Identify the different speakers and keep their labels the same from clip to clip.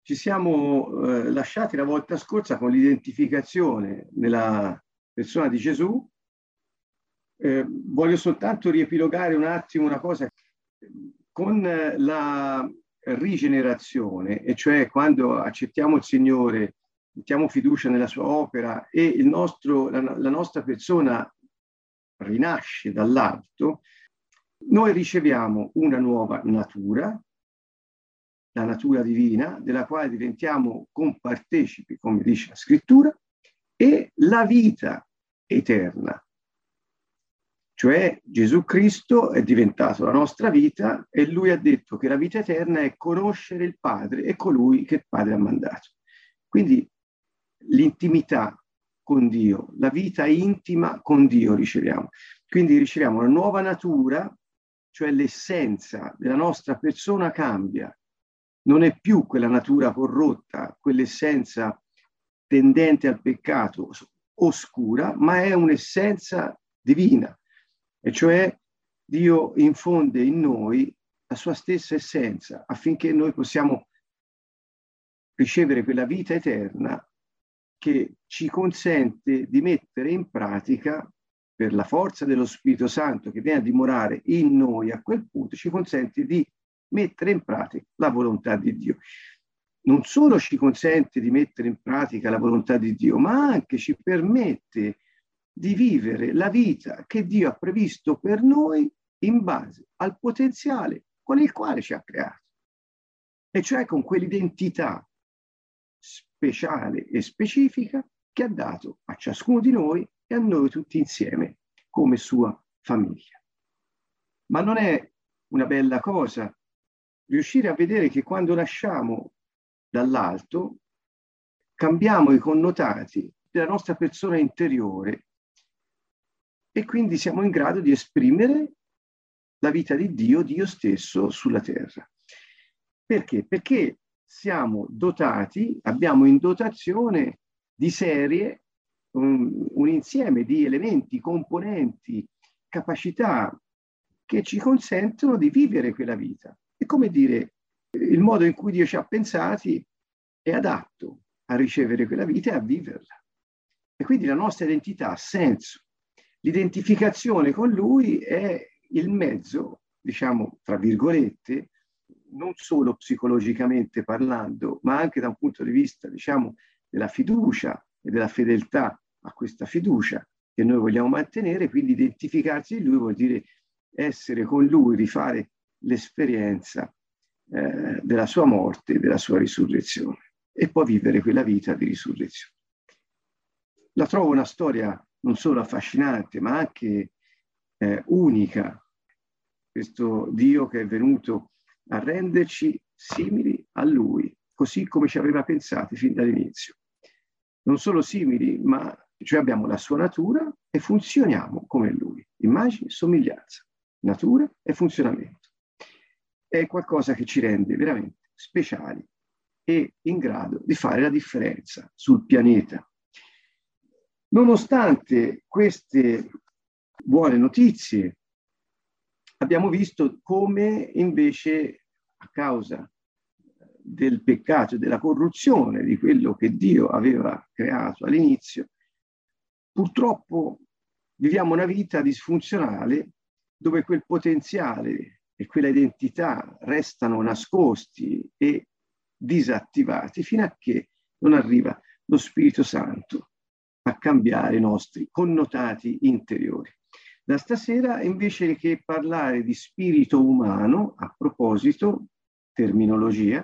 Speaker 1: Ci siamo lasciati la volta scorsa con l'identificazione nella persona di Gesù. Voglio soltanto riepilogare un attimo una cosa. Con la rigenerazione, e cioè quando accettiamo il Signore, mettiamo fiducia nella sua opera e la nostra persona rinasce dall'alto, noi riceviamo una nuova natura, la natura divina, della quale diventiamo compartecipi, come dice la Scrittura, e la vita eterna. Cioè Gesù Cristo è diventato la nostra vita e Lui ha detto che la vita eterna è conoscere il Padre e colui che il Padre ha mandato. Quindi l'intimità con Dio, la vita intima con Dio riceviamo. Quindi riceviamo una nuova natura, cioè l'essenza della nostra persona cambia. Non è più quella natura corrotta, quell'essenza tendente al peccato oscura, ma è un'essenza divina. E cioè Dio infonde in noi la sua stessa essenza affinché noi possiamo ricevere quella vita eterna che ci consente di mettere in pratica, per la forza dello Spirito Santo che viene a dimorare in noi a quel punto, ci consente di mettere in pratica la volontà di Dio. Non solo ci consente di mettere in pratica la volontà di Dio, ma anche ci permette di vivere la vita che Dio ha previsto per noi in base al potenziale con il quale ci ha creato, e cioè con quell'identità speciale e specifica che ha dato a ciascuno di noi e a noi tutti insieme come sua famiglia. Ma non è una bella cosa riuscire a vedere che quando nasciamo dall'alto cambiamo i connotati della nostra persona interiore e quindi siamo in grado di esprimere la vita di Dio, Dio stesso sulla terra. Perché? Perché siamo dotati, abbiamo in dotazione di serie un insieme di elementi, componenti, capacità che ci consentono di vivere quella vita. È come dire, il modo in cui Dio ci ha pensati è adatto a ricevere quella vita e a viverla. E quindi la nostra identità ha senso. L'identificazione con Lui è il mezzo, diciamo, tra virgolette, non solo psicologicamente parlando, ma anche da un punto di vista, diciamo, della fiducia e della fedeltà a questa fiducia che noi vogliamo mantenere. Quindi identificarsi di Lui vuol dire essere con Lui, rifare l'esperienza della sua morte e della sua risurrezione e poi vivere quella vita di risurrezione. La trovo una storia non solo affascinante, ma anche unica. Questo Dio che è venuto a renderci simili a Lui, così come ci aveva pensati fin dall'inizio. Non solo simili, ma cioè abbiamo la sua natura e funzioniamo come Lui. Immagine, somiglianza, natura e funzionamento. È qualcosa che ci rende veramente speciali e in grado di fare la differenza sul pianeta. Nonostante queste buone notizie, abbiamo visto come invece a causa del peccato e della corruzione di quello che Dio aveva creato all'inizio, purtroppo viviamo una vita disfunzionale dove quel potenziale e quella identità restano nascosti e disattivati fino a che non arriva lo Spirito Santo a cambiare i nostri connotati interiori. Da stasera, invece che parlare di spirito umano, a proposito, terminologia,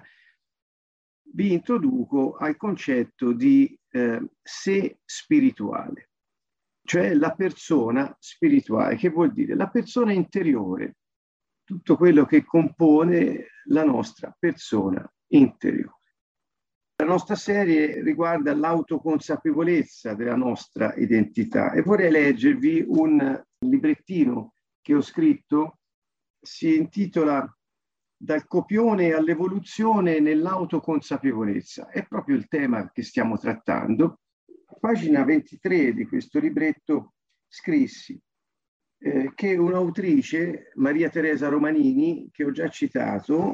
Speaker 1: vi introduco al concetto di sé spirituale, cioè la persona spirituale, che vuol dire la persona interiore, tutto quello che compone la nostra persona interiore. La nostra serie riguarda l'autoconsapevolezza della nostra identità e vorrei leggervi un librettino che ho scritto, si intitola Dal copione all'evoluzione nell'autoconsapevolezza. È proprio il tema che stiamo trattando. A pagina 23 di questo libretto scrissi che un'autrice, Maria Teresa Romanini, che ho già citato,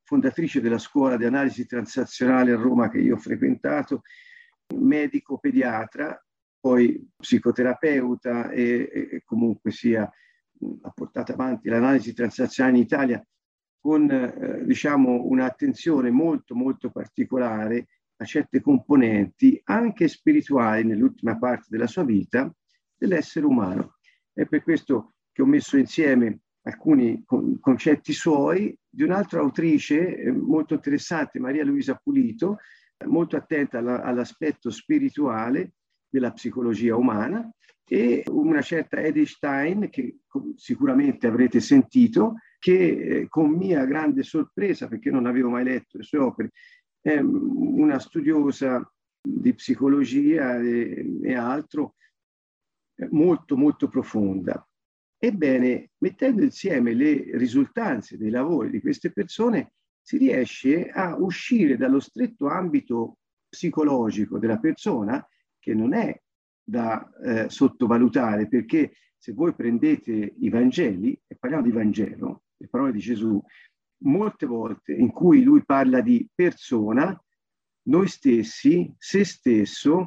Speaker 1: fondatrice della scuola di analisi transazionale a Roma che io ho frequentato, medico pediatra, poi psicoterapeuta e comunque sia ha portato avanti l'analisi transazionale in Italia con diciamo un'attenzione molto molto particolare a certe componenti anche spirituali nell'ultima parte della sua vita dell'essere umano. È per questo che ho messo insieme alcuni concetti suoi di un'altra autrice molto interessante, Maria Luisa Pulito, molto attenta all'aspetto spirituale della psicologia umana, e una certa Edith Stein, che sicuramente avrete sentito, che con mia grande sorpresa, perché non avevo mai letto le sue opere, è una studiosa di psicologia e altro molto molto profonda. Ebbene, mettendo insieme le risultanze dei lavori di queste persone, si riesce a uscire dallo stretto ambito psicologico della persona, che non è da sottovalutare, perché se voi prendete i Vangeli, e parliamo di Vangelo, le parole di Gesù, molte volte in cui lui parla di persona, noi stessi, se stesso,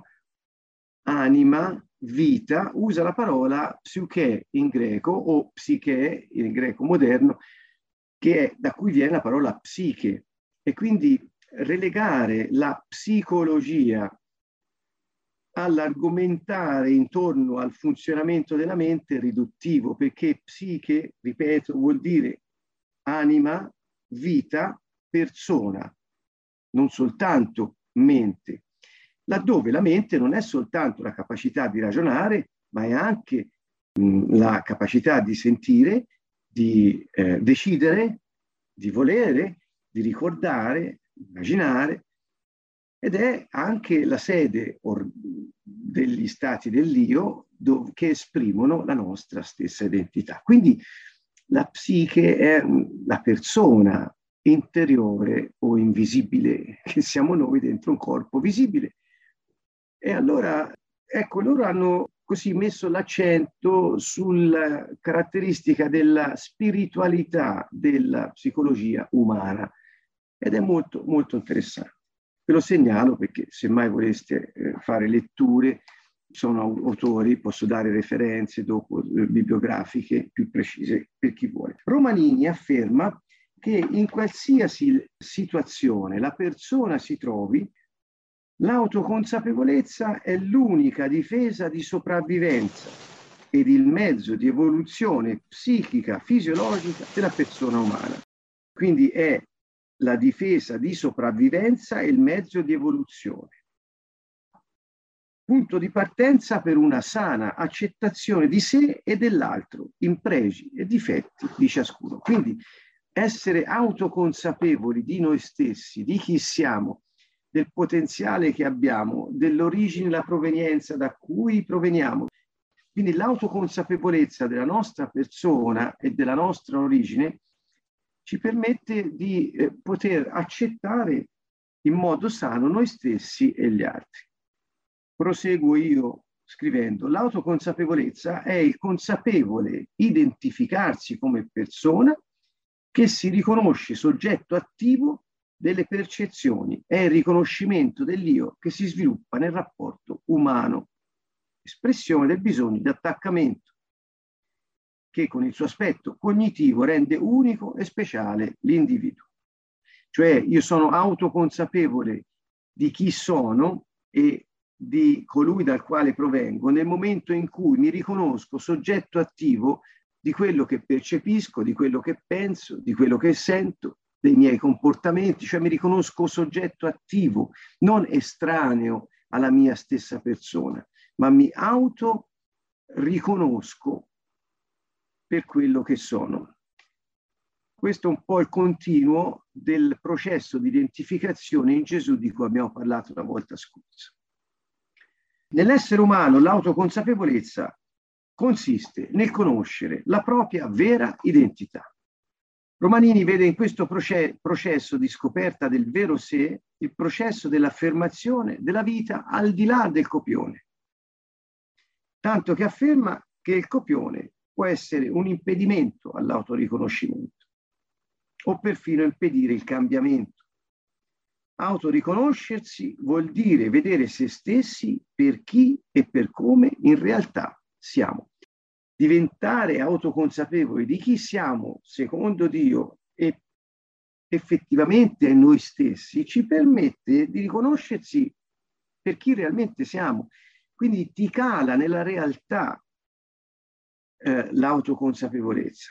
Speaker 1: anima, vita, usa la parola psyche in greco o psiche in greco moderno, che è da cui viene la parola psiche. E quindi relegare la psicologia all'argomentare intorno al funzionamento della mente è riduttivo, perché psiche, ripeto, vuol dire anima, vita, persona, non soltanto mente, laddove la mente non è soltanto la capacità di ragionare, ma è anche la capacità di sentire, di decidere, di volere, di ricordare, immaginare, ed è anche la sede degli stati dell'io che esprimono la nostra stessa identità. Quindi la psiche è la persona interiore o invisibile che siamo noi dentro un corpo visibile. E allora, ecco, loro hanno così messo l'accento sulla caratteristica della spiritualità della psicologia umana, ed è molto molto interessante. Ve lo segnalo perché se mai voleste fare letture, sono autori, posso dare referenze dopo bibliografiche più precise per chi vuole. Romanini afferma che in qualsiasi situazione la persona si trovi, l'autoconsapevolezza è l'unica difesa di sopravvivenza ed il mezzo di evoluzione psichica, fisiologica della persona umana. Quindi è la difesa di sopravvivenza e il mezzo di evoluzione. Punto di partenza per una sana accettazione di sé e dell'altro, in pregi e difetti di ciascuno. Quindi essere autoconsapevoli di noi stessi, di chi siamo, del potenziale che abbiamo, dell'origine e la provenienza da cui proveniamo. Quindi l'autoconsapevolezza della nostra persona e della nostra origine ci permette di poter accettare in modo sano noi stessi e gli altri. Proseguo io scrivendo: l'autoconsapevolezza è il consapevole identificarsi come persona che si riconosce soggetto attivo delle percezioni, è il riconoscimento dell'io che si sviluppa nel rapporto umano, espressione del bisogno di attaccamento, che con il suo aspetto cognitivo rende unico e speciale l'individuo. Cioè io sono autoconsapevole di chi sono e di colui dal quale provengo nel momento in cui mi riconosco soggetto attivo di quello che percepisco, di quello che penso, di quello che sento, dei miei comportamenti, cioè mi riconosco soggetto attivo, non estraneo alla mia stessa persona, ma mi auto riconosco per quello che sono. Questo è un po' il continuo del processo di identificazione in Gesù di cui abbiamo parlato la volta scorsa. Nell'essere umano l'autoconsapevolezza consiste nel conoscere la propria vera identità. Romanini vede in questo processo di scoperta del vero sé il processo dell'affermazione della vita al di là del copione, tanto che afferma che il copione può essere un impedimento all'autoriconoscimento. o perfino impedire il cambiamento. Autoriconoscersi vuol dire vedere se stessi per chi e per come in realtà siamo. Diventare autoconsapevoli di chi siamo secondo Dio e effettivamente noi stessi ci permette di riconoscersi per chi realmente siamo. Quindi ti cala nella realtà l'autoconsapevolezza.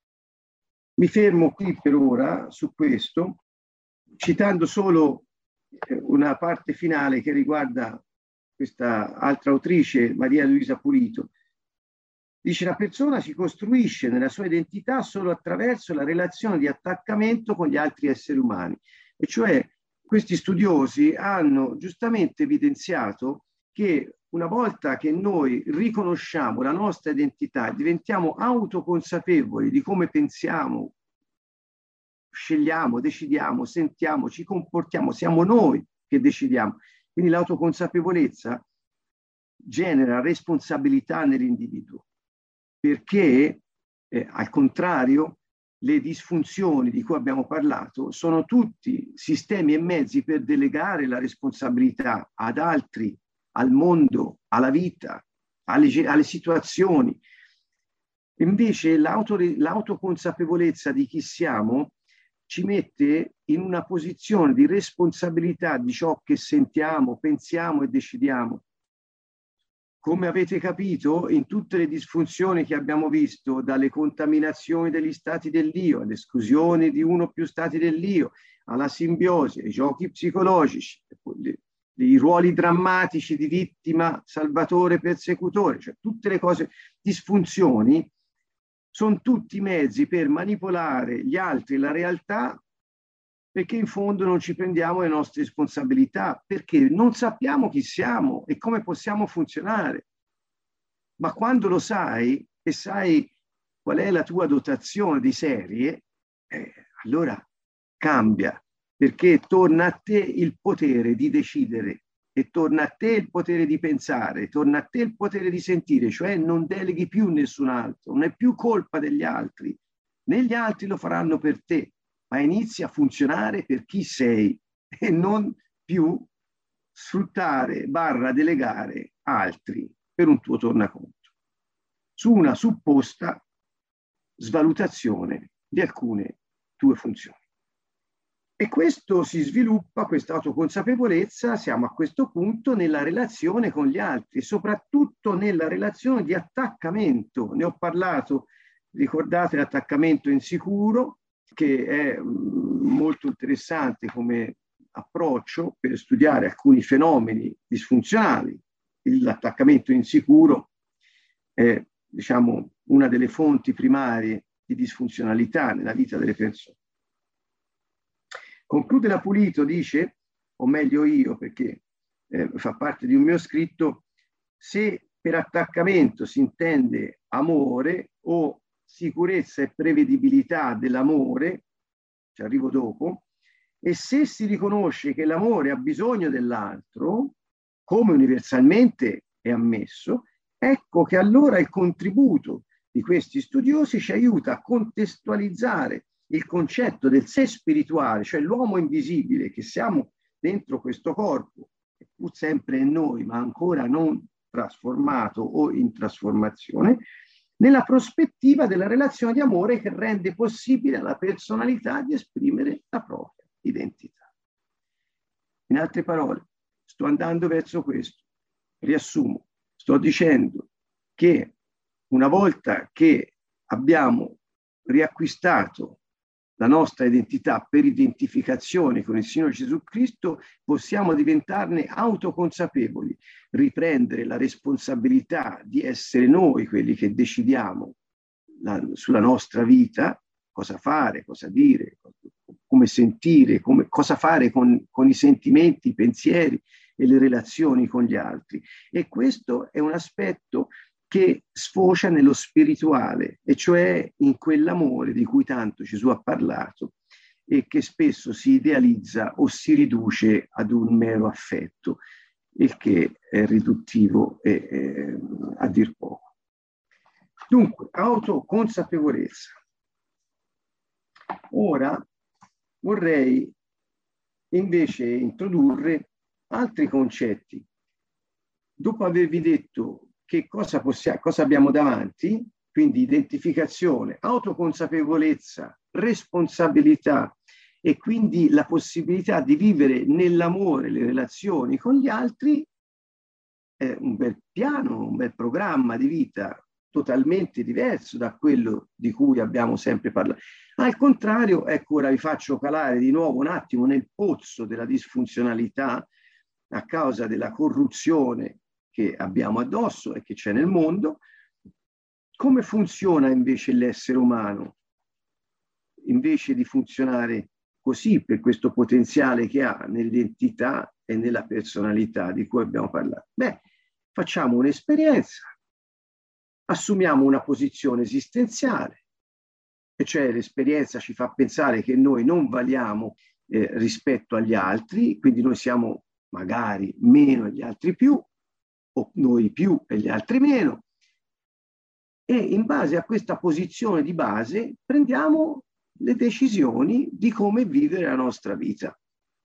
Speaker 1: Mi fermo qui per ora su questo, citando solo una parte finale che riguarda questa altra autrice, Maria Luisa Pulito. Dice: la persona si costruisce nella sua identità solo attraverso la relazione di attaccamento con gli altri esseri umani. E cioè questi studiosi hanno giustamente evidenziato che una volta che noi riconosciamo la nostra identità, diventiamo autoconsapevoli di come pensiamo, scegliamo, decidiamo, sentiamo, ci comportiamo, siamo noi che decidiamo. Quindi l'autoconsapevolezza genera responsabilità nell'individuo, perché al contrario le disfunzioni di cui abbiamo parlato sono tutti sistemi e mezzi per delegare la responsabilità ad altri, al mondo, alla vita, alle situazioni. Invece l'autoconsapevolezza di chi siamo ci mette in una posizione di responsabilità di ciò che sentiamo, pensiamo e decidiamo. Come avete capito, in tutte le disfunzioni che abbiamo visto, dalle contaminazioni degli stati dell'io, all'esclusione di uno o più stati dell'io, alla simbiosi, ai giochi psicologici, i ruoli drammatici di vittima, salvatore, persecutore, cioè tutte le cose, disfunzioni, sono tutti mezzi per manipolare gli altri e la realtà, perché in fondo non ci prendiamo le nostre responsabilità, perché non sappiamo chi siamo e come possiamo funzionare. Ma quando lo sai e sai qual è la tua dotazione di serie, allora cambia, perché torna a te il potere di decidere e torna a te il potere di pensare, torna a te il potere di sentire, cioè non deleghi più nessun altro, non è più colpa degli altri, né gli altri lo faranno per te, ma inizi a funzionare per chi sei e non più sfruttare / delegare altri per un tuo tornaconto, su una supposta svalutazione di alcune tue funzioni. E questo si sviluppa, questa autoconsapevolezza, siamo a questo punto nella relazione con gli altri, soprattutto nella relazione di attaccamento. Ne ho parlato, ricordate l'attaccamento insicuro, che è molto interessante come approccio per studiare alcuni fenomeni disfunzionali. L'attaccamento insicuro è, diciamo, una delle fonti primarie di disfunzionalità nella vita delle persone. Conclude la Pulito, dice, o meglio io perché fa parte di un mio scritto: se per attaccamento si intende amore o sicurezza e prevedibilità dell'amore, ci arrivo dopo, e se si riconosce che l'amore ha bisogno dell'altro, come universalmente è ammesso, ecco che allora il contributo di questi studiosi ci aiuta a contestualizzare il concetto del sé spirituale, cioè l'uomo invisibile che siamo dentro questo corpo, che pur sempre è noi, ma ancora non trasformato o in trasformazione, nella prospettiva della relazione di amore che rende possibile alla personalità di esprimere la propria identità. In altre parole, sto andando verso questo. Riassumo, sto dicendo che una volta che abbiamo riacquistato la nostra identità per identificazione con il Signore Gesù Cristo, possiamo diventarne autoconsapevoli, riprendere la responsabilità di essere noi quelli che decidiamo sulla nostra vita, cosa fare, cosa dire, come sentire, cosa fare con i sentimenti, i pensieri e le relazioni con gli altri. E questo è un aspetto che sfocia nello spirituale, e cioè in quell'amore di cui tanto Gesù ha parlato e che spesso si idealizza o si riduce ad un mero affetto, il che è riduttivo a dir poco. Dunque, autoconsapevolezza. Ora vorrei invece introdurre altri concetti. Dopo avervi detto che cosa abbiamo davanti, quindi identificazione, autoconsapevolezza, responsabilità e quindi la possibilità di vivere nell'amore le relazioni con gli altri, è un bel piano, un bel programma di vita totalmente diverso da quello di cui abbiamo sempre parlato. Al contrario, ecco, ora vi faccio calare di nuovo un attimo nel pozzo della disfunzionalità a causa della corruzione che abbiamo addosso e che c'è nel mondo. Come funziona invece l'essere umano? Invece di funzionare così, per questo potenziale che ha nell'identità e nella personalità di cui abbiamo parlato. Beh, facciamo un'esperienza, assumiamo una posizione esistenziale, e cioè l'esperienza ci fa pensare che noi non valiamo rispetto agli altri, quindi noi siamo magari meno e gli altri più, o noi più e gli altri meno, e in base a questa posizione di base prendiamo le decisioni di come vivere la nostra vita.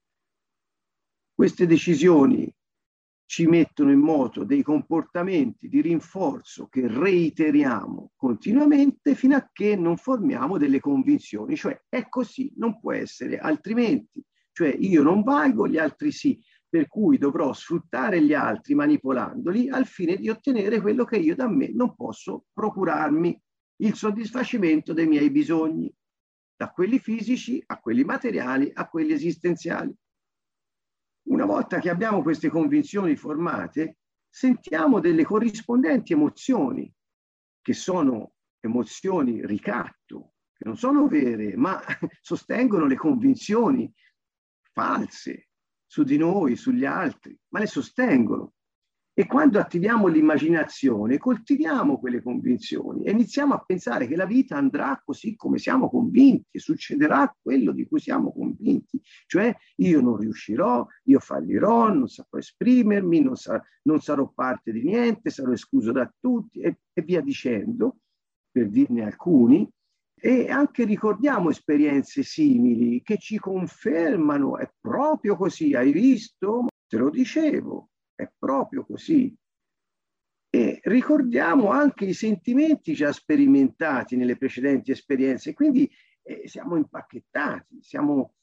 Speaker 1: Queste decisioni ci mettono in moto dei comportamenti di rinforzo che reiteriamo continuamente fino a che non formiamo delle convinzioni, cioè è così, non può essere altrimenti, cioè io non valgo, gli altri sì, per cui dovrò sfruttare gli altri manipolandoli al fine di ottenere quello che io da me non posso procurarmi, il soddisfacimento dei miei bisogni, da quelli fisici a quelli materiali a quelli esistenziali. Una volta che abbiamo queste convinzioni formate, sentiamo delle corrispondenti emozioni, che sono emozioni ricatto, che non sono vere, ma sostengono le convinzioni false su di noi, sugli altri, ma le sostengono. E quando attiviamo l'immaginazione, coltiviamo quelle convinzioni e iniziamo a pensare che la vita andrà così come siamo convinti, succederà quello di cui siamo convinti, cioè io non riuscirò, io fallirò, non saprò esprimermi, non sarò parte di niente, sarò escluso da tutti e via dicendo, per dirne alcuni. E anche ricordiamo esperienze simili che ci confermano, è proprio così, hai visto? Te lo dicevo. È proprio così. E ricordiamo anche i sentimenti già sperimentati nelle precedenti esperienze, quindi siamo impacchettati, siamo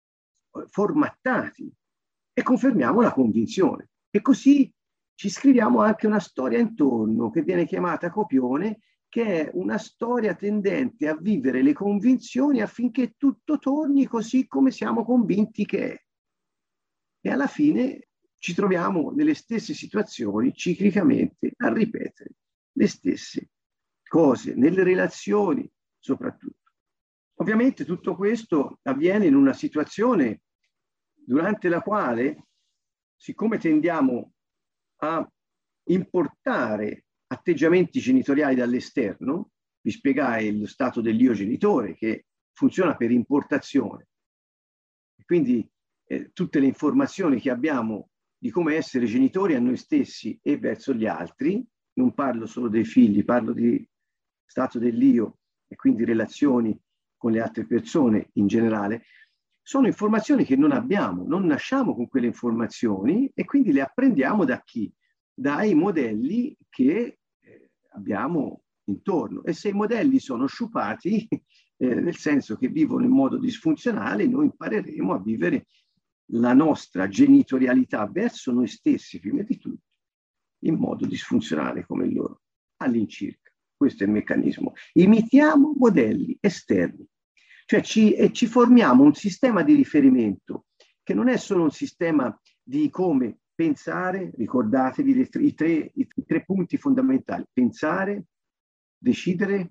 Speaker 1: formattati e confermiamo la convinzione. E così ci scriviamo anche una storia intorno che viene chiamata copione, che è una storia tendente a vivere le convinzioni affinché tutto torni così come siamo convinti che è. E alla fine ci troviamo nelle stesse situazioni ciclicamente a ripetere le stesse cose, nelle relazioni soprattutto. Ovviamente tutto questo avviene in una situazione durante la quale, siccome tendiamo a importare atteggiamenti genitoriali dall'esterno, vi spiegai lo stato dell'io genitore che funziona per importazione. Quindi tutte le informazioni che abbiamo di come essere genitori a noi stessi e verso gli altri, non parlo solo dei figli, parlo di stato dell'io e quindi relazioni con le altre persone in generale, sono informazioni che non abbiamo, non nasciamo con quelle informazioni e quindi le apprendiamo da chi? Dai modelli che abbiamo intorno. E se i modelli sono sciupati, nel senso che vivono in modo disfunzionale, noi impareremo a vivere la nostra genitorialità verso noi stessi, prima di tutto, in modo disfunzionale come loro, all'incirca. Questo è il meccanismo. Imitiamo modelli esterni, cioè ci formiamo un sistema di riferimento che non è solo un sistema di come pensare, ricordatevi i tre punti fondamentali: pensare, decidere,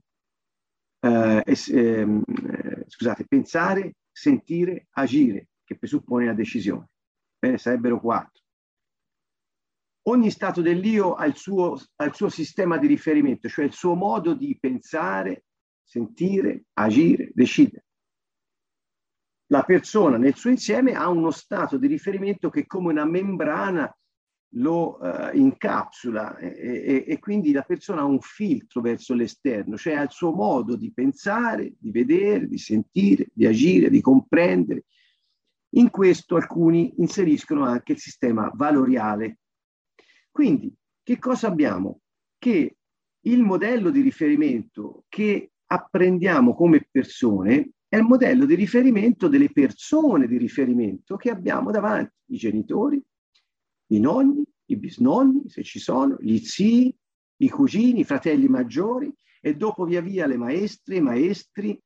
Speaker 1: pensare, sentire, agire, che presuppone la decisione. Bene, sarebbero 4. Ogni stato dell'io ha il suo sistema di riferimento, cioè il suo modo di pensare, sentire, agire, decidere. La persona nel suo insieme ha uno stato di riferimento che è come una membrana lo incapsula e quindi la persona ha un filtro verso l'esterno, cioè ha il suo modo di pensare, di vedere, di sentire, di agire, di comprendere. In questo alcuni inseriscono anche il sistema valoriale. Quindi, che cosa abbiamo? Che il modello di riferimento che apprendiamo come persone è il modello di riferimento delle persone di riferimento che abbiamo davanti, i genitori, i nonni, i bisnonni, se ci sono, gli zii, i cugini, i fratelli maggiori e dopo via via le maestre, i maestri,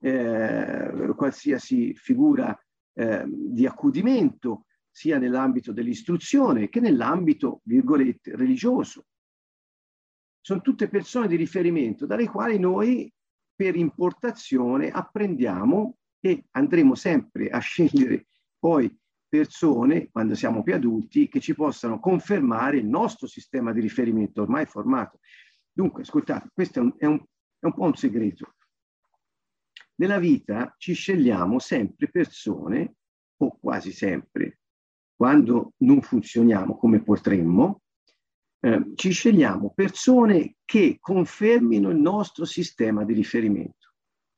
Speaker 1: qualsiasi figura di accudimento, sia nell'ambito dell'istruzione che nell'ambito, virgolette, religioso. Sono tutte persone di riferimento dalle quali noi per importazione apprendiamo e andremo sempre a scegliere poi persone, quando siamo più adulti, che ci possano confermare il nostro sistema di riferimento ormai formato. Dunque, ascoltate, questo è un po' un segreto. Nella vita ci scegliamo sempre persone, o quasi sempre, quando non funzioniamo come potremmo, ci scegliamo persone che confermino il nostro sistema di riferimento.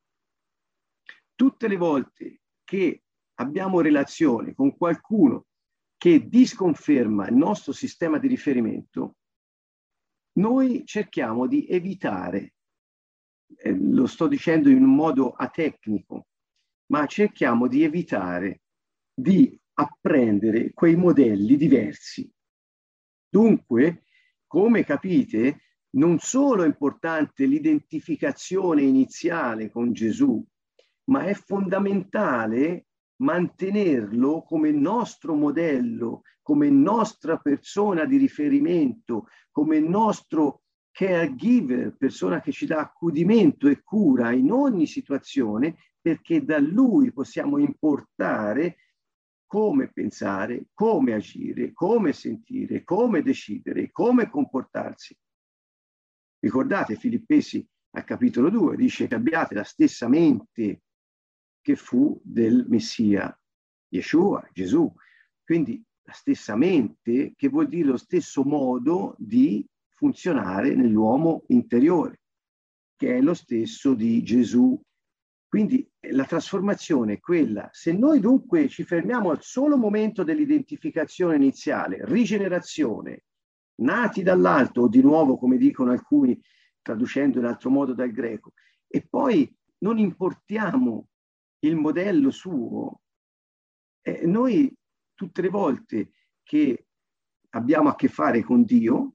Speaker 1: Tutte le volte che abbiamo relazione con qualcuno che disconferma il nostro sistema di riferimento, noi cerchiamo di evitare, lo sto dicendo in un modo atecnico, ma cerchiamo di evitare di apprendere quei modelli diversi. Dunque, come capite, non solo è importante l'identificazione iniziale con Gesù, ma è fondamentale mantenerlo come nostro modello, come nostra persona di riferimento, come nostro caregiver, persona che ci dà accudimento e cura in ogni situazione, perché da lui possiamo importare come pensare, come agire, come sentire, come decidere, come comportarsi. Ricordate, Filippesi al capitolo 2 dice che abbiate la stessa mente che fu del Messia, Yeshua, Gesù. Quindi la stessa mente, che vuol dire lo stesso modo di funzionare nell'uomo interiore, che è lo stesso di Gesù. Quindi la trasformazione è quella. Se noi dunque ci fermiamo al solo momento dell'identificazione iniziale, rigenerazione, nati dall'alto, o di nuovo come dicono alcuni, traducendo in altro modo dal greco, e poi non importiamo il modello suo, noi tutte le volte che abbiamo a che fare con Dio,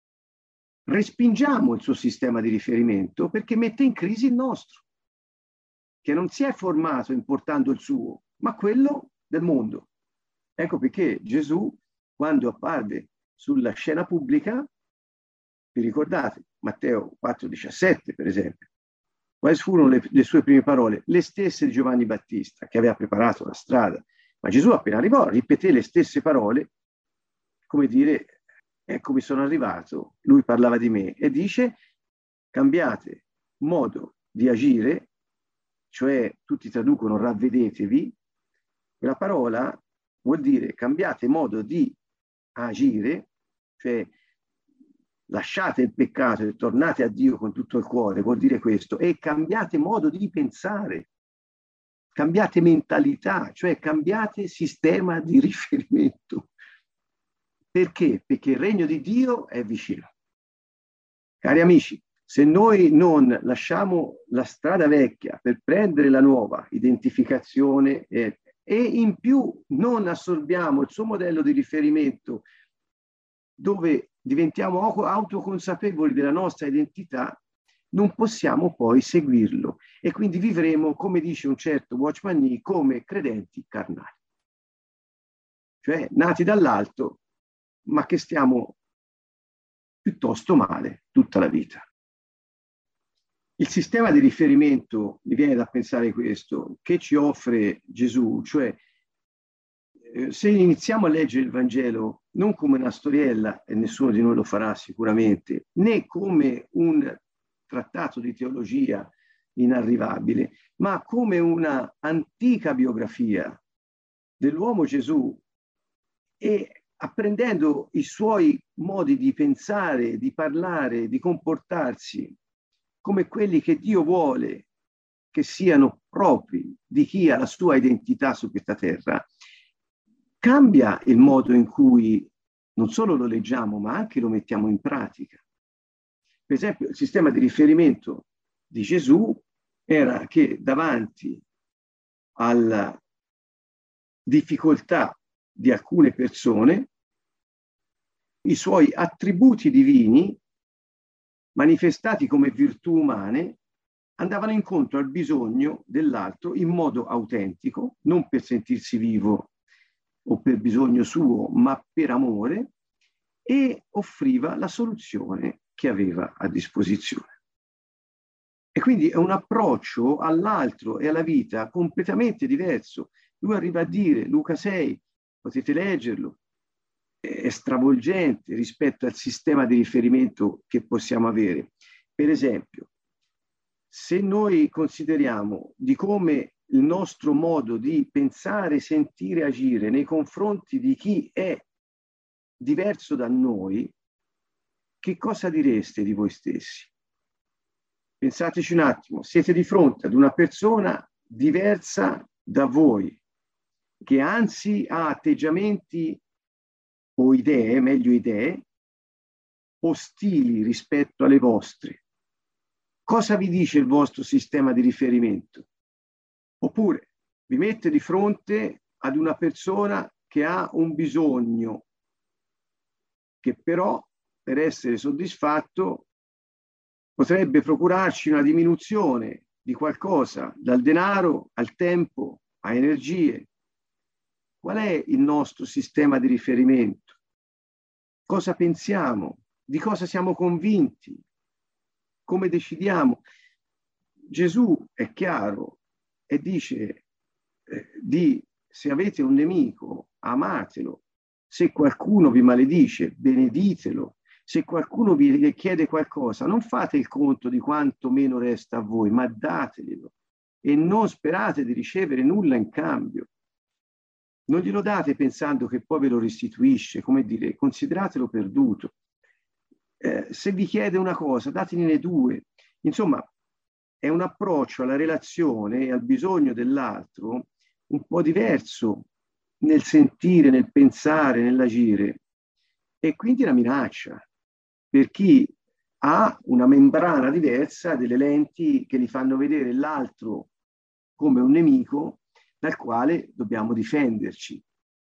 Speaker 1: respingiamo il suo sistema di riferimento perché mette in crisi il nostro, che non si è formato importando il suo, ma quello del mondo. Ecco perché Gesù, quando apparve sulla scena pubblica, vi ricordate, Matteo 4,17 per esempio, quali furono le sue prime parole? Le stesse di Giovanni Battista, che aveva preparato la strada. Ma Gesù appena arrivò ripeté le stesse parole, come dire, eccomi sono arrivato, lui parlava di me, e dice, cambiate modo di agire, cioè tutti traducono ravvedetevi, quella parola vuol dire cambiate modo di agire, cioè lasciate il peccato e tornate a Dio con tutto il cuore, vuol dire questo, e cambiate modo di pensare, cambiate mentalità, cioè cambiate sistema di riferimento. Perché? Perché il regno di Dio è vicino. Cari amici, se noi non lasciamo la strada vecchia per prendere la nuova identificazione e in più non assorbiamo il suo modello di riferimento dove diventiamo autoconsapevoli della nostra identità, non possiamo poi seguirlo e quindi vivremo, come dice un certo Watchman Nee, come credenti carnali. Cioè nati dall'alto, ma che stiamo piuttosto male tutta la vita. Il sistema di riferimento, mi viene da pensare questo, che ci offre Gesù, cioè se iniziamo a leggere il Vangelo non come una storiella, e nessuno di noi lo farà sicuramente, né come un trattato di teologia inarrivabile, ma come una antica biografia dell'uomo Gesù, e apprendendo i suoi modi di pensare, di parlare, di comportarsi come quelli che Dio vuole che siano propri di chi ha la sua identità su questa terra, cambia il modo in cui non solo lo leggiamo, ma anche lo mettiamo in pratica. Per esempio, il sistema di riferimento di Gesù era che davanti alla difficoltà di alcune persone, i suoi attributi divini, manifestati come virtù umane, andavano incontro al bisogno dell'altro in modo autentico, non per sentirsi vivo o per bisogno suo, ma per amore, e offriva la soluzione che aveva a disposizione. E quindi è un approccio all'altro e alla vita completamente diverso. Lui arriva a dire, Luca 6, potete leggerlo, è stravolgente rispetto al sistema di riferimento che possiamo avere. Per esempio, se noi consideriamo di come il nostro modo di pensare, sentire, agire nei confronti di chi è diverso da noi, che cosa direste di voi stessi? Pensateci un attimo, siete di fronte ad una persona diversa da voi, che anzi ha atteggiamenti o idee, meglio idee, ostili rispetto alle vostre. Cosa vi dice il vostro sistema di riferimento? Oppure vi mette di fronte ad una persona che ha un bisogno, che però per essere soddisfatto potrebbe procurarci una diminuzione di qualcosa, dal denaro al tempo, a energie. Qual è il nostro sistema di riferimento? Cosa pensiamo? Di cosa siamo convinti? Come decidiamo? Gesù è chiaro e dice se avete un nemico, amatelo. Se qualcuno vi maledice, beneditelo. Se qualcuno vi chiede qualcosa, non fate il conto di quanto meno resta a voi, ma dateglielo. E non sperate di ricevere nulla in cambio. Non glielo date pensando che poi ve lo restituisce, come dire, consideratelo perduto. Se vi chiede una cosa, dategliene due. Insomma, è un approccio alla relazione e al bisogno dell'altro un po' diverso nel sentire, nel pensare, nell'agire. E quindi la minaccia per chi ha una membrana diversa, delle lenti che gli fanno vedere l'altro come un nemico dal quale dobbiamo difenderci,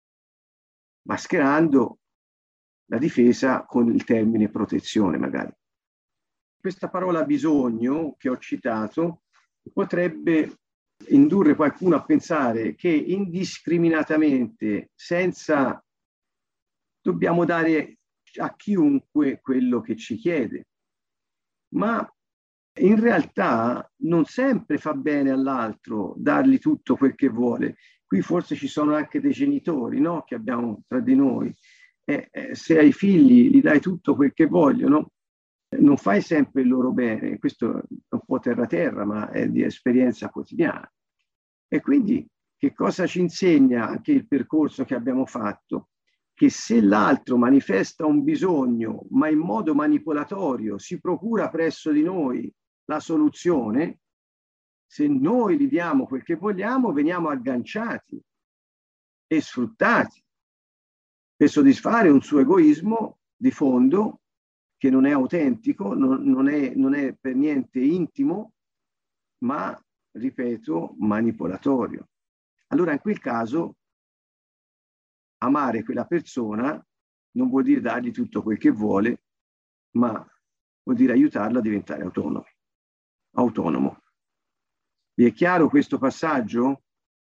Speaker 1: mascherando la difesa con il termine protezione magari. Questa parola bisogno che ho citato potrebbe indurre qualcuno a pensare che indiscriminatamente, senza, dobbiamo dare a chiunque quello che ci chiede. Ma in realtà non sempre fa bene all'altro dargli tutto quel che vuole. Qui forse ci sono anche dei genitori, no? Che abbiamo tra di noi. Se ai figli gli dai tutto quel che vogliono, non fai sempre il loro bene. Questo è un po' terra-terra, ma è di esperienza quotidiana. E quindi che cosa ci insegna anche il percorso che abbiamo fatto? Che se l'altro manifesta un bisogno, ma in modo manipolatorio, si procura presso di noi la soluzione, se noi gli diamo quel che vogliamo, veniamo agganciati e sfruttati per soddisfare un suo egoismo di fondo che non è autentico, non è per niente intimo, ma, ripeto, manipolatorio. Allora in quel caso amare quella persona non vuol dire dargli tutto quel che vuole, ma vuol dire aiutarlo a diventare autonomo. Vi è chiaro questo passaggio?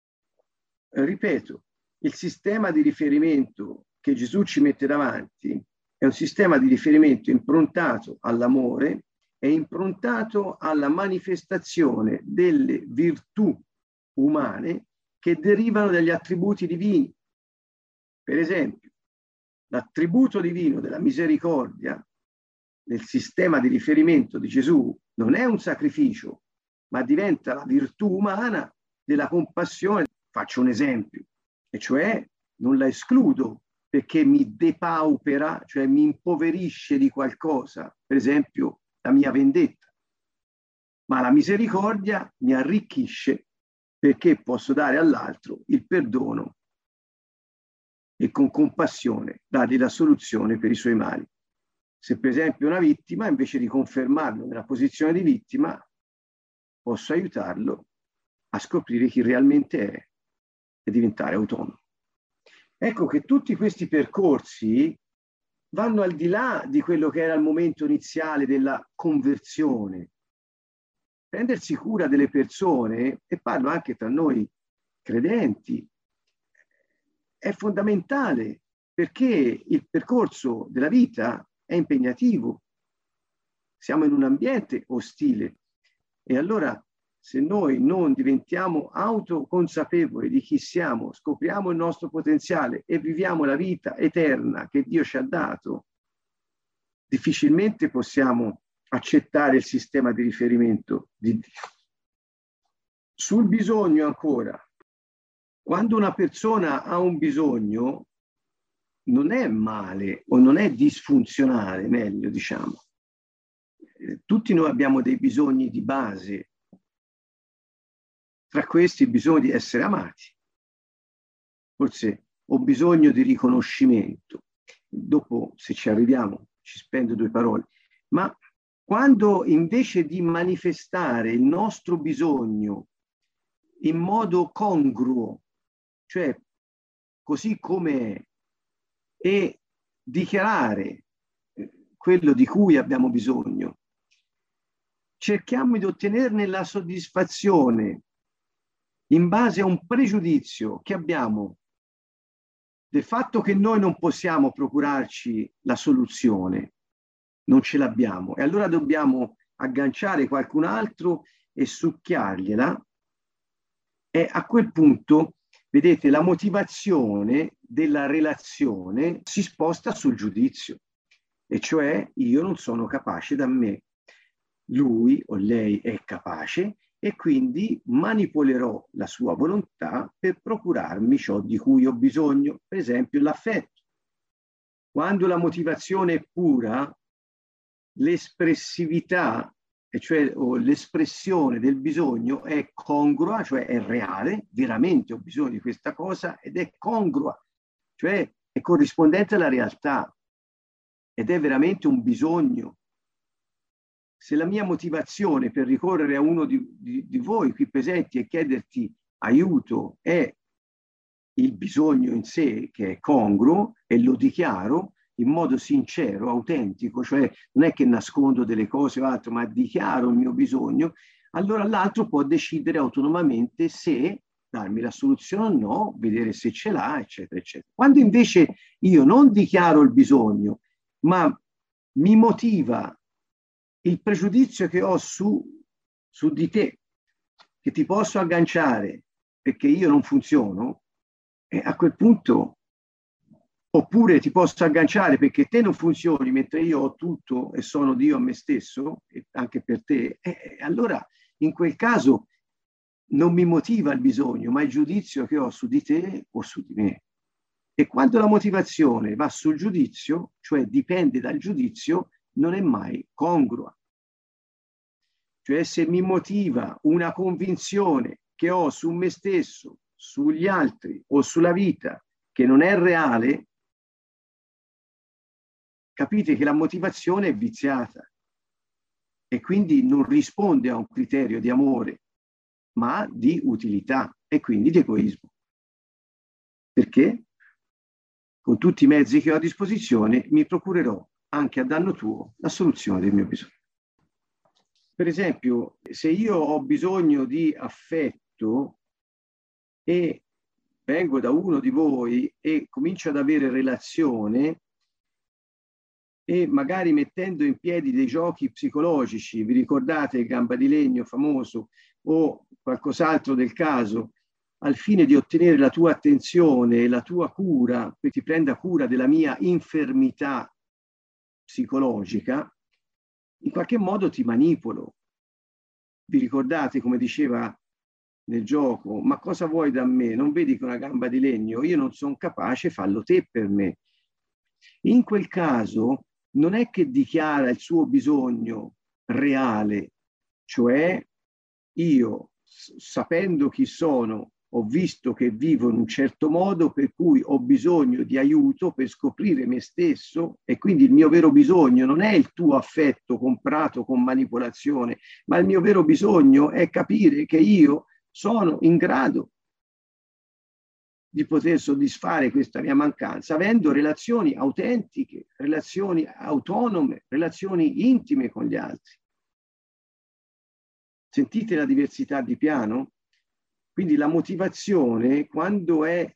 Speaker 1: Ripeto, il sistema di riferimento che Gesù ci mette davanti è un sistema di riferimento improntato all'amore e improntato alla manifestazione delle virtù umane che derivano dagli attributi divini. Per esempio, l'attributo divino della misericordia nel sistema di riferimento di Gesù non è un sacrificio, ma diventa la virtù umana della compassione. Faccio un esempio, e cioè non la escludo, perché mi depaupera, cioè mi impoverisce di qualcosa, per esempio la mia vendetta. Ma la misericordia mi arricchisce perché posso dare all'altro il perdono e con compassione dargli la soluzione per i suoi mali. Se per esempio è una vittima, invece di confermarlo nella posizione di vittima, posso aiutarlo a scoprire chi realmente è e diventare autonomo. Ecco che tutti questi percorsi vanno al di là di quello che era il momento iniziale della conversione. Prendersi cura delle persone, e parlo anche tra noi credenti, è fondamentale perché il percorso della vita è impegnativo. Siamo in un ambiente ostile e allora se noi non diventiamo autoconsapevoli di chi siamo, scopriamo il nostro potenziale e viviamo la vita eterna che Dio ci ha dato, difficilmente possiamo accettare il sistema di riferimento di Dio. Sul bisogno ancora, quando una persona ha un bisogno, non è male o non è disfunzionale, meglio diciamo. Tutti noi abbiamo dei bisogni di base, tra questi il bisogno di essere amati. Forse ho bisogno di riconoscimento. Dopo, se ci arriviamo, ci spendo 2 parole. Ma quando invece di manifestare il nostro bisogno in modo congruo, cioè così come è, e dichiarare quello di cui abbiamo bisogno, cerchiamo di ottenerne la soddisfazione in base a un pregiudizio che abbiamo del fatto che noi non possiamo procurarci la soluzione, non ce l'abbiamo, e allora dobbiamo agganciare qualcun altro e succhiargliela, e a quel punto, vedete, la motivazione della relazione si sposta sul giudizio, e cioè io non sono capace da me, lui o lei è capace e quindi manipolerò la sua volontà per procurarmi ciò di cui ho bisogno, per esempio l'affetto. Quando la motivazione è pura, l'espressività, e cioè l'espressione del bisogno è congrua, cioè è reale, veramente ho bisogno di questa cosa, ed è congrua, cioè è corrispondente alla realtà ed è veramente un bisogno. Se la mia motivazione per ricorrere a uno di voi qui presenti e chiederti aiuto è il bisogno in sé, che è congruo, e lo dichiaro in modo sincero, autentico, cioè non è che nascondo delle cose o altro, ma dichiaro il mio bisogno, allora l'altro può decidere autonomamente se darmi la soluzione o no, vedere se ce l'ha, eccetera, eccetera. Quando invece io non dichiaro il bisogno, ma mi motiva il pregiudizio che ho su di te, che ti posso agganciare perché io non funziono, e a quel punto, oppure ti posso agganciare perché te non funzioni mentre io ho tutto e sono Dio a me stesso, e anche per te, allora in quel caso non mi motiva il bisogno, ma il giudizio che ho su di te o su di me. E quando la motivazione va sul giudizio, cioè dipende dal giudizio, non è mai congrua. Cioè se mi motiva una convinzione che ho su me stesso, sugli altri o sulla vita che non è reale, capite che la motivazione è viziata e quindi non risponde a un criterio di amore, ma di utilità e quindi di egoismo. Perché? Con tutti i mezzi che ho a disposizione mi procurerò anche a danno tuo la soluzione del mio bisogno. Per esempio, se io ho bisogno di affetto e vengo da uno di voi e comincio ad avere relazione, e magari mettendo in piedi dei giochi psicologici, vi ricordate il Gamba di Legno famoso o qualcos'altro del caso, al fine di ottenere la tua attenzione e la tua cura, che ti prenda cura della mia infermità psicologica, in qualche modo ti manipolo. Vi ricordate come diceva nel gioco, ma cosa vuoi da me? Non vedi che una gamba di legno? Io non sono capace, fallo te per me. In quel caso non è che dichiara il suo bisogno reale, cioè io, sapendo chi sono, ho visto che vivo in un certo modo, per cui ho bisogno di aiuto per scoprire me stesso, e quindi il mio vero bisogno non è il tuo affetto comprato con manipolazione, ma il mio vero bisogno è capire che io sono in grado di poter soddisfare questa mia mancanza avendo relazioni autentiche, relazioni autonome, relazioni intime con gli altri. Sentite la diversità di piano? Quindi la motivazione, quando è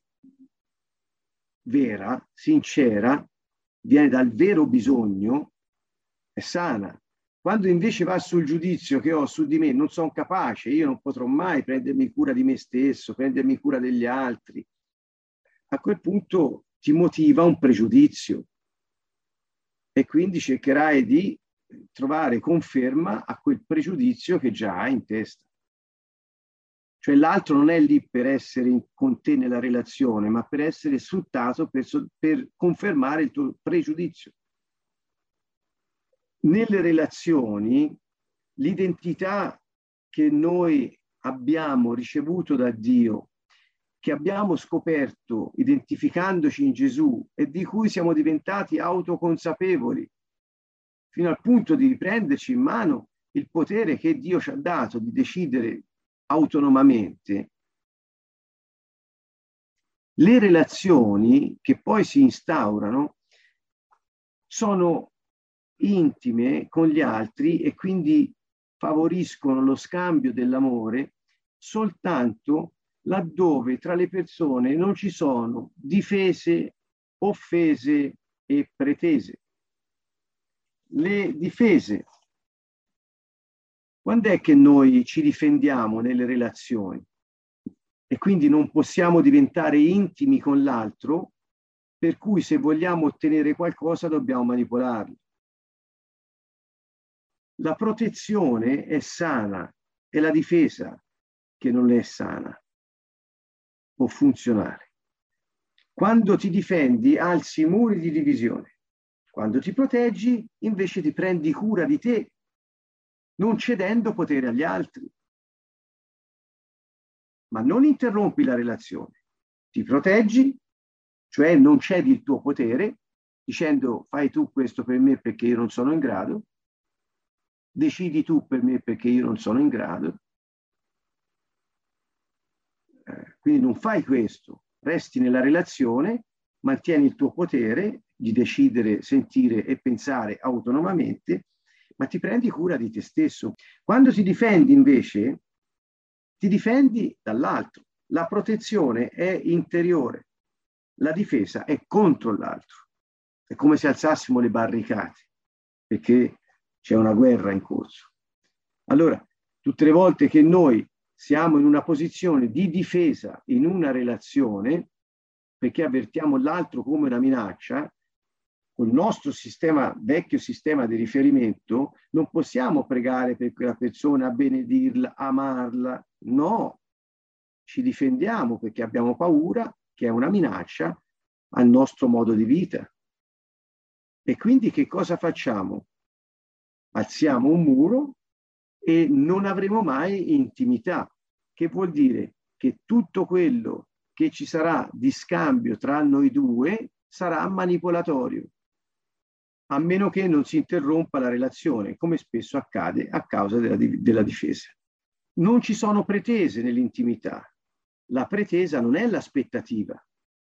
Speaker 1: vera, sincera, viene dal vero bisogno, è sana. Quando invece va sul giudizio che ho su di me, non sono capace, io non potrò mai prendermi cura di me stesso, prendermi cura degli altri, a quel punto ti motiva un pregiudizio e quindi cercherai di trovare conferma a quel pregiudizio che già hai in testa. Cioè l'altro non è lì per essere con te nella relazione, ma per essere sfruttato per confermare il tuo pregiudizio. Nelle relazioni, l'identità che noi abbiamo ricevuto da Dio, che abbiamo scoperto identificandoci in Gesù e di cui siamo diventati autoconsapevoli, fino al punto di riprenderci in mano il potere che Dio ci ha dato di decidere autonomamente, le relazioni che poi si instaurano sono intime con gli altri e quindi favoriscono lo scambio dell'amore soltanto laddove tra le persone non ci sono difese, offese e pretese. Le difese. Quando è che noi ci difendiamo nelle relazioni e quindi non possiamo diventare intimi con l'altro, per cui se vogliamo ottenere qualcosa dobbiamo manipolarlo? La protezione è sana, è la difesa che non è sana o funzionale. Quando ti difendi alzi muri di divisione, quando ti proteggi invece ti prendi cura di te, non cedendo potere agli altri. Ma non interrompi la relazione, ti proteggi, cioè non cedi il tuo potere, dicendo fai tu questo per me perché io non sono in grado, decidi tu per me perché io non sono in grado. Quindi non fai questo, resti nella relazione, mantieni il tuo potere di decidere, sentire e pensare autonomamente, ma ti prendi cura di te stesso. Quando ti difendi invece, ti difendi dall'altro. La protezione è interiore, la difesa è contro l'altro. È come se alzassimo le barricate, perché c'è una guerra in corso. Allora, tutte le volte che noi siamo in una posizione di difesa in una relazione, perché avvertiamo l'altro come una minaccia, col nostro sistema, vecchio sistema di riferimento, non possiamo pregare per quella persona, benedirla, amarla. No, ci difendiamo perché abbiamo paura che è una minaccia al nostro modo di vita. E quindi che cosa facciamo? Alziamo un muro e non avremo mai intimità, che vuol dire che tutto quello che ci sarà di scambio tra noi due sarà manipolatorio, a meno che non si interrompa la relazione, come spesso accade a causa della difesa. Non ci sono pretese nell'intimità. La pretesa non è l'aspettativa.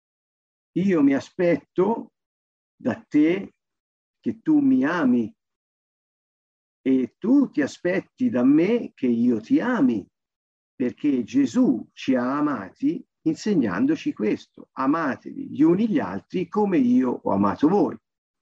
Speaker 1: Io mi aspetto da te che tu mi ami e tu ti aspetti da me che io ti ami, perché Gesù ci ha amati insegnandoci questo: amatevi gli uni gli altri come io ho amato voi.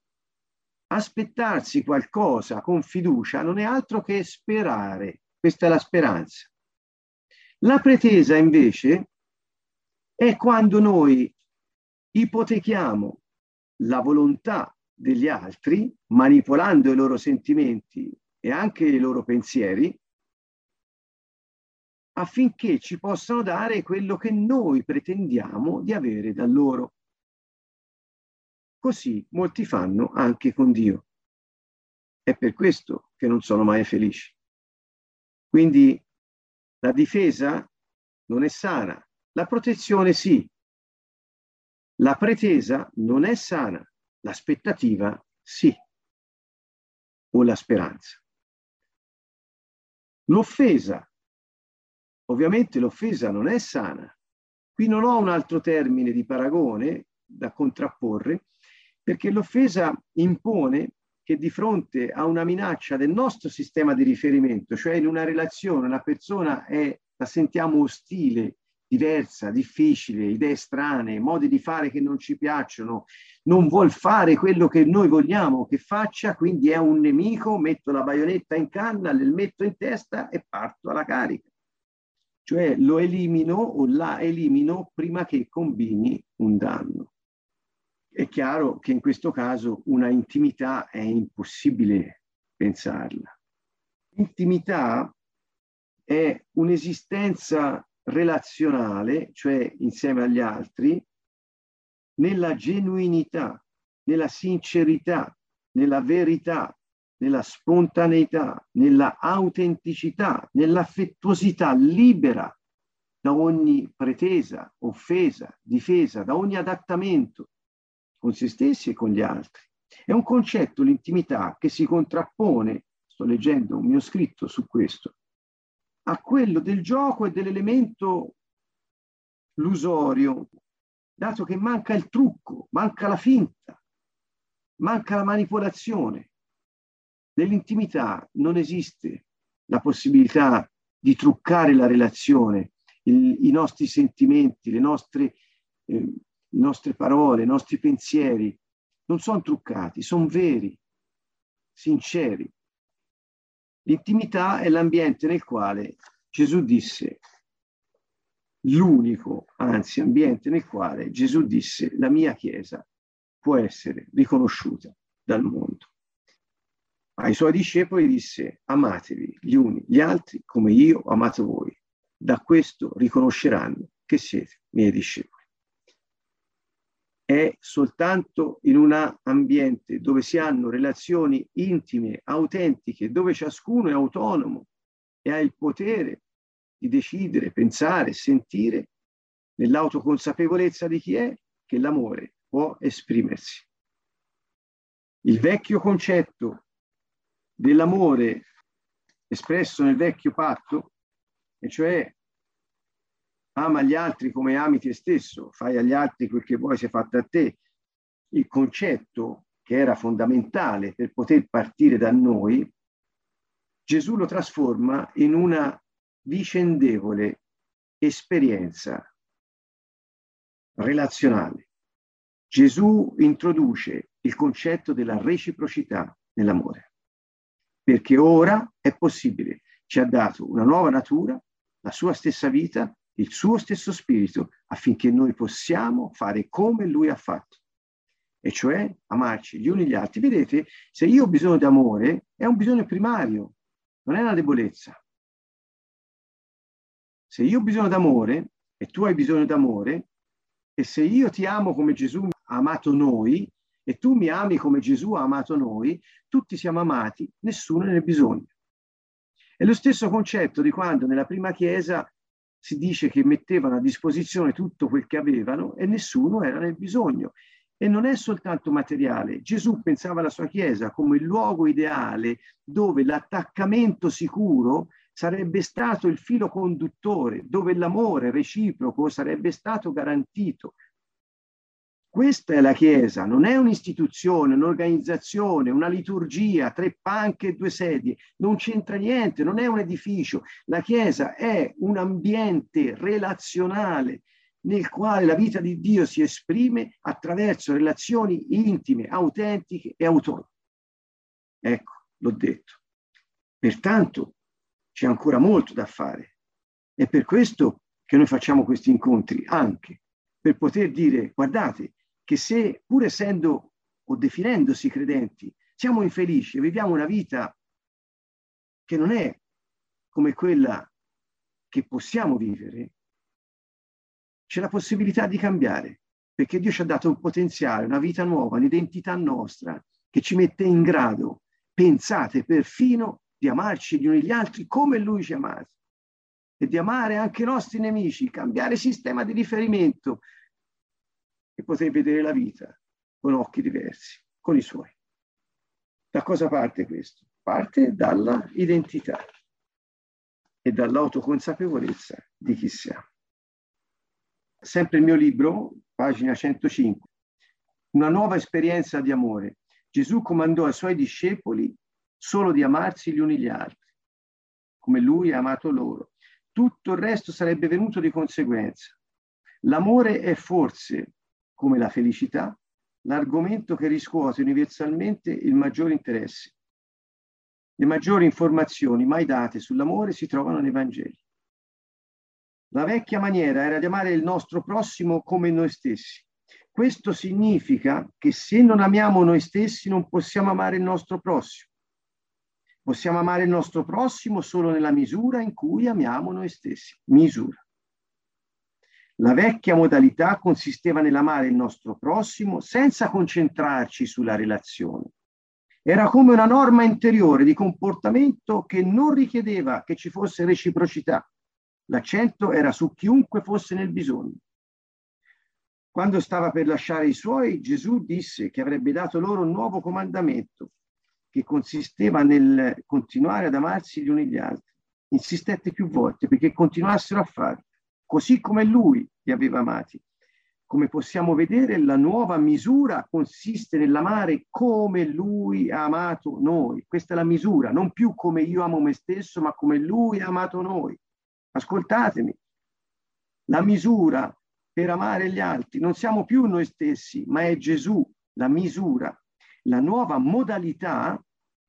Speaker 1: Aspettarsi qualcosa con fiducia non è altro che sperare, questa è la speranza. La pretesa invece è quando noi ipotechiamo la volontà degli altri, manipolando i loro sentimenti e anche i loro pensieri, affinché ci possano dare quello che noi pretendiamo di avere da loro. Così molti fanno anche con Dio. È per questo che non sono mai felici. Quindi la difesa non è sana, la protezione sì. La pretesa non è sana, l'aspettativa sì, o la speranza. L'offesa, ovviamente l'offesa non è sana. Qui non ho un altro termine di paragone da contrapporre, perché l'offesa impone che di fronte a una minaccia del nostro sistema di riferimento, cioè in una relazione, una persona la sentiamo ostile, diversa, difficile, idee strane, modi di fare che non ci piacciono, non vuol fare quello che noi vogliamo che faccia, quindi è un nemico, metto la baionetta in canna, le metto in testa e parto alla carica. Cioè lo elimino o la elimino prima che combini un danno. È chiaro che in questo caso una intimità è impossibile pensarla. L'intimità è un'esistenza relazionale, cioè insieme agli altri, nella genuinità, nella sincerità, nella verità, nella spontaneità, nella autenticità, nell'affettuosità libera da ogni pretesa, offesa, difesa, da ogni adattamento con se stessi e con gli altri. È un concetto, l'intimità, che si contrappone, sto leggendo un mio scritto su questo, a quello del gioco e dell'elemento illusorio, dato che manca il trucco, manca la finta, manca la manipolazione. Nell'intimità non esiste la possibilità di truccare la relazione, i nostri sentimenti, le nostre parole, i nostri pensieri non sono truccati, sono veri, sinceri. L'intimità è l'ambiente nel quale Gesù disse, l'unico, anzi, ambiente nel quale Gesù disse, la mia Chiesa può essere riconosciuta dal mondo. Ai suoi discepoli disse, amatevi gli uni gli altri come io ho amato voi. Da questo riconosceranno che siete miei discepoli. È soltanto in un ambiente dove si hanno relazioni intime, autentiche, dove ciascuno è autonomo e ha il potere di decidere, pensare, sentire, nell'autoconsapevolezza di chi è, che l'amore può esprimersi. Il vecchio concetto dell'amore espresso nel vecchio patto, e cioè ama gli altri come ami te stesso, fai agli altri quel che vuoi sia fatto a te, il concetto che era fondamentale per poter partire da noi, Gesù lo trasforma in una vicendevole esperienza relazionale. Gesù introduce il concetto della reciprocità nell'amore, perché ora è possibile, ci ha dato una nuova natura, la sua stessa vita, il suo stesso spirito, affinché noi possiamo fare come lui ha fatto, e cioè amarci gli uni gli altri. Vedete, se io ho bisogno di amore, è un bisogno primario, non è una debolezza. Se io ho bisogno d'amore e tu hai bisogno d'amore, e se io ti amo come Gesù ha amato noi e tu mi ami come Gesù ha amato noi, tutti siamo amati, nessuno ne ha bisogno. È lo stesso concetto di quando nella prima Chiesa si dice che mettevano a disposizione tutto quel che avevano e nessuno era nel bisogno. E non è soltanto materiale. Gesù pensava alla sua Chiesa come il luogo ideale dove l'attaccamento sicuro sarebbe stato il filo conduttore, dove l'amore reciproco sarebbe stato garantito. Questa è la Chiesa, non è un'istituzione, un'organizzazione, una liturgia, 3 panche e 2 sedie, non c'entra niente, non è un edificio. La Chiesa è un ambiente relazionale nel quale la vita di Dio si esprime attraverso relazioni intime, autentiche e autonome. Ecco, l'ho detto. Pertanto c'è ancora molto da fare. È per questo che noi facciamo questi incontri, anche per poter dire, guardate, che se pur essendo o definendosi credenti, siamo infelici e viviamo una vita che non è come quella che possiamo vivere, c'è la possibilità di cambiare, perché Dio ci ha dato un potenziale, una vita nuova, un'identità nostra, che ci mette in grado, pensate, perfino di amarci gli uni gli altri come Lui ci ha amati, e di amare anche i nostri nemici, cambiare sistema di riferimento e poter vedere la vita con occhi diversi, con i suoi. Da cosa parte questo? Parte dalla identità e dall'autoconsapevolezza di chi siamo. Sempre il mio libro, pagina 105, una nuova esperienza di amore. Gesù comandò ai suoi discepoli solo di amarsi gli uni gli altri, come Lui ha amato loro. Tutto il resto sarebbe venuto di conseguenza. L'amore è forse, come la felicità, l'argomento che riscuote universalmente il maggiore interesse. Le maggiori informazioni mai date sull'amore si trovano nei Vangeli. La vecchia maniera era di amare il nostro prossimo come noi stessi. Questo significa che se non amiamo noi stessi non possiamo amare il nostro prossimo. Possiamo amare il nostro prossimo solo nella misura in cui amiamo noi stessi. Misura. La vecchia modalità consisteva nell'amare il nostro prossimo senza concentrarci sulla relazione. Era come una norma interiore di comportamento che non richiedeva che ci fosse reciprocità. L'accento era su chiunque fosse nel bisogno. Quando stava per lasciare i suoi, Gesù disse che avrebbe dato loro un nuovo comandamento che consisteva nel continuare ad amarsi gli uni gli altri. Insistette più volte perché continuassero a farlo, così come Lui li aveva amati. Come possiamo vedere, la nuova misura consiste nell'amare come Lui ha amato noi. Questa è la misura, non più come io amo me stesso, ma come Lui ha amato noi. Ascoltatemi, la misura per amare gli altri non siamo più noi stessi, ma è Gesù, la misura. La nuova modalità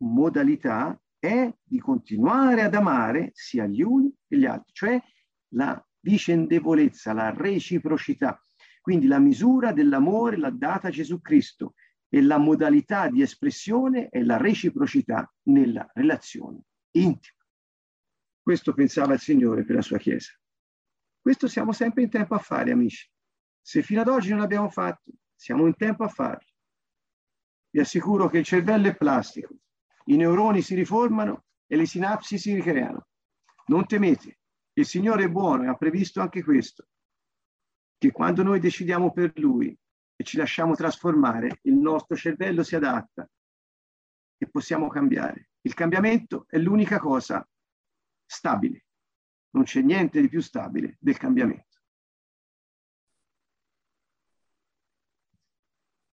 Speaker 1: è di continuare ad amare sia gli uni che gli altri, cioè la vicendevolezza, la reciprocità. Quindi la misura dell'amore l'ha data Gesù Cristo e la modalità di espressione è la reciprocità nella relazione intima. Questo pensava il Signore per la sua Chiesa. Questo siamo sempre in tempo a fare, amici. Se fino ad oggi non l'abbiamo fatto, siamo in tempo a farlo. Vi assicuro che il cervello è plastico, i neuroni si riformano e le sinapsi si ricreano. Non temete, il Signore è buono e ha previsto anche questo, che quando noi decidiamo per Lui e ci lasciamo trasformare, il nostro cervello si adatta e possiamo cambiare. Il cambiamento è l'unica cosa stabile. Non c'è niente di più stabile del cambiamento.